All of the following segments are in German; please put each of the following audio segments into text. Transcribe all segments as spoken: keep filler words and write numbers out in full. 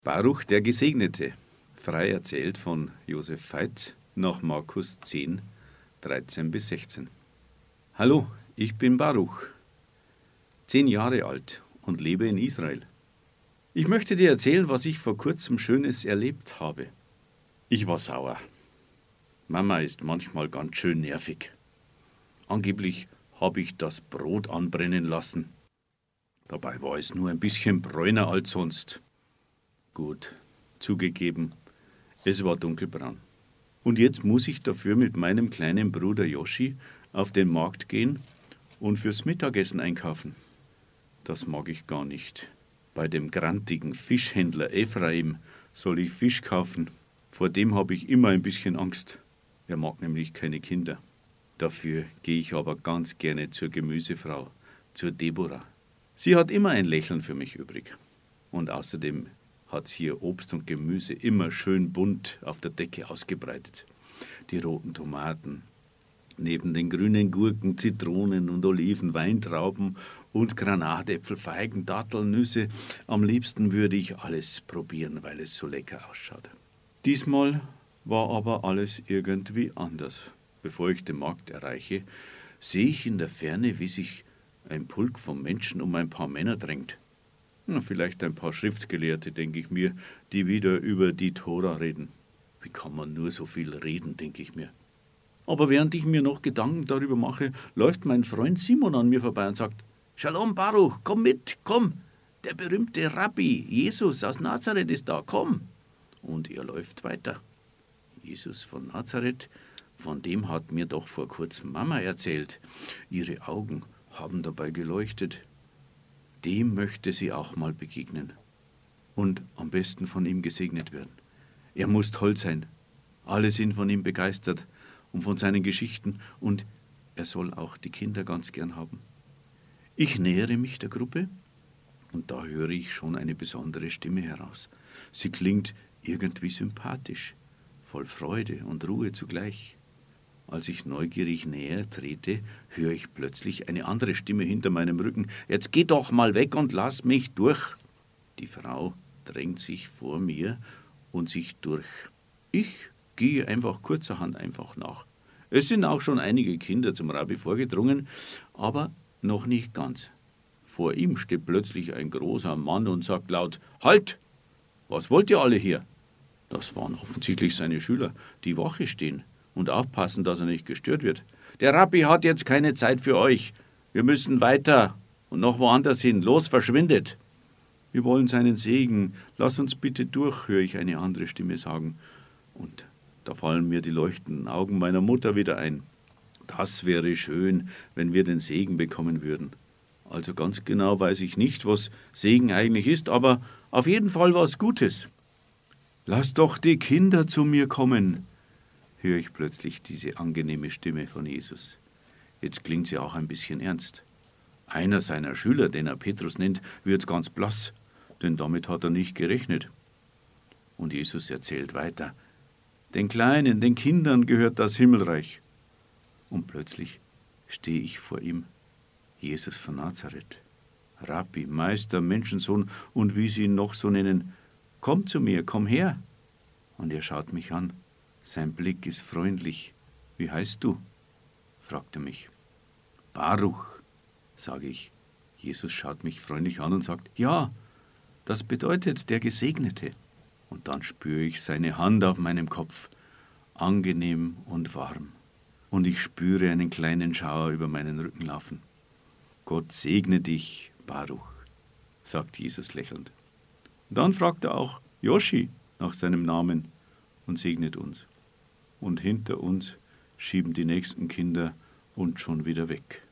Baruch der Gesegnete, frei erzählt von Josef Veit nach Markus zehn, dreizehn bis sechzehn. Hallo, ich bin Baruch, zehn Jahre alt und lebe in Israel. Ich möchte dir erzählen, was ich vor kurzem Schönes erlebt habe. Ich war sauer. Mama ist manchmal ganz schön nervig. Angeblich habe ich das Brot anbrennen lassen. Dabei war es nur ein bisschen bräuner als sonst. Gut, zugegeben, es war dunkelbraun. Und jetzt muss ich dafür mit meinem kleinen Bruder Joschi auf den Markt gehen und fürs Mittagessen einkaufen. Das mag ich gar nicht. Bei dem grantigen Fischhändler Ephraim soll ich Fisch kaufen. Vor dem habe ich immer ein bisschen Angst. Er mag nämlich keine Kinder. Dafür gehe ich aber ganz gerne zur Gemüsefrau, zur Deborah. Sie hat immer ein Lächeln für mich übrig. Und außerdem hat sie ihr Obst und Gemüse immer schön bunt auf der Decke ausgebreitet. Die roten Tomaten, neben den grünen Gurken, Zitronen und Oliven, Weintrauben und Granatäpfel, Feigen, Datteln, Nüsse. Am liebsten würde ich alles probieren, weil es so lecker ausschaut. Diesmal war aber alles irgendwie anders. Bevor ich den Markt erreiche, sehe ich in der Ferne, wie sich ein Pulk von Menschen um ein paar Männer drängt. Na, vielleicht ein paar Schriftgelehrte, denke ich mir, die wieder über die Tora reden. Wie kann man nur so viel reden, denke ich mir. Aber während ich mir noch Gedanken darüber mache, läuft mein Freund Simon an mir vorbei und sagt: Shalom Baruch, komm mit, komm, der berühmte Rabbi Jesus aus Nazareth ist da, komm. Und er läuft weiter. Jesus von Nazareth, von dem hat mir doch vor kurzem Mama erzählt. Ihre Augen haben dabei geleuchtet. Dem möchte sie auch mal begegnen und am besten von ihm gesegnet werden. Er muss toll sein. Alle sind von ihm begeistert und von seinen Geschichten und er soll auch die Kinder ganz gern haben. Ich nähere mich der Gruppe und da höre ich schon eine besondere Stimme heraus. Sie klingt irgendwie sympathisch, voll Freude und Ruhe zugleich. Als ich neugierig näher trete, höre ich plötzlich eine andere Stimme hinter meinem Rücken. Jetzt geh doch mal weg und lass mich durch. Die Frau drängt sich vor mir und sich durch. Ich gehe einfach kurzerhand einfach nach. Es sind auch schon einige Kinder zum Rabbi vorgedrungen, aber noch nicht ganz. Vor ihm steht plötzlich ein großer Mann und sagt laut: Halt! Was wollt ihr alle hier? Das waren offensichtlich seine Schüler, die Wache stehen und aufpassen, dass er nicht gestört wird. Der Rabbi hat jetzt keine Zeit für euch. Wir müssen weiter und noch woanders hin. Los, verschwindet! Wir wollen seinen Segen. Lass uns bitte durch, höre ich eine andere Stimme sagen. Und da fallen mir die leuchtenden Augen meiner Mutter wieder ein. Das wäre schön, wenn wir den Segen bekommen würden. Also ganz genau weiß ich nicht, was Segen eigentlich ist, aber auf jeden Fall was Gutes. Lass doch die Kinder zu mir kommen, höre ich plötzlich diese angenehme Stimme von Jesus. Jetzt klingt sie auch ein bisschen ernst. Einer seiner Schüler, den er Petrus nennt, wird ganz blass, denn damit hat er nicht gerechnet. Und Jesus erzählt weiter: Den Kleinen, den Kindern gehört das Himmelreich. Und plötzlich stehe ich vor ihm, Jesus von Nazareth, Rabbi, Meister, Menschensohn und wie sie ihn noch so nennen. Komm zu mir, komm her. Und er schaut mich an. Sein Blick ist freundlich. Wie heißt du? Fragt er mich. Baruch, sage ich. Jesus schaut mich freundlich an und sagt: Ja, das bedeutet der Gesegnete. Und dann spüre ich seine Hand auf meinem Kopf, angenehm und warm. Und ich spüre einen kleinen Schauer über meinen Rücken laufen. Gott segne dich, Baruch, sagt Jesus lächelnd. Und dann fragt er auch Joschi nach seinem Namen und segnet uns. Und hinter uns schieben die nächsten Kinder uns schon wieder weg.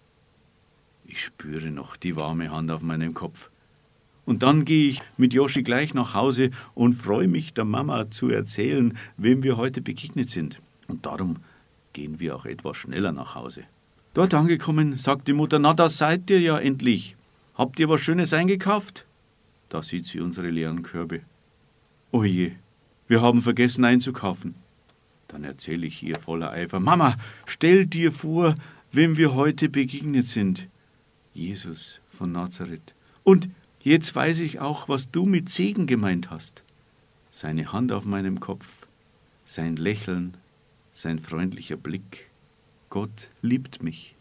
Ich spüre noch die warme Hand auf meinem Kopf. Und dann gehe ich mit Joschi gleich nach Hause und freue mich, der Mama zu erzählen, wem wir heute begegnet sind. Und darum gehen wir auch etwas schneller nach Hause. Dort angekommen, sagt die Mutter: Na, da seid ihr ja endlich. Habt ihr was Schönes eingekauft? Da sieht sie unsere leeren Körbe. Oje, wir haben vergessen einzukaufen. Dann erzähle ich ihr voller Eifer: Mama, stell dir vor, wem wir heute begegnet sind. Jesus von Nazareth. Und jetzt weiß ich auch, was du mit Segen gemeint hast. seine Hand auf meinem Kopf, sein Lächeln, sein freundlicher Blick. Gott liebt mich.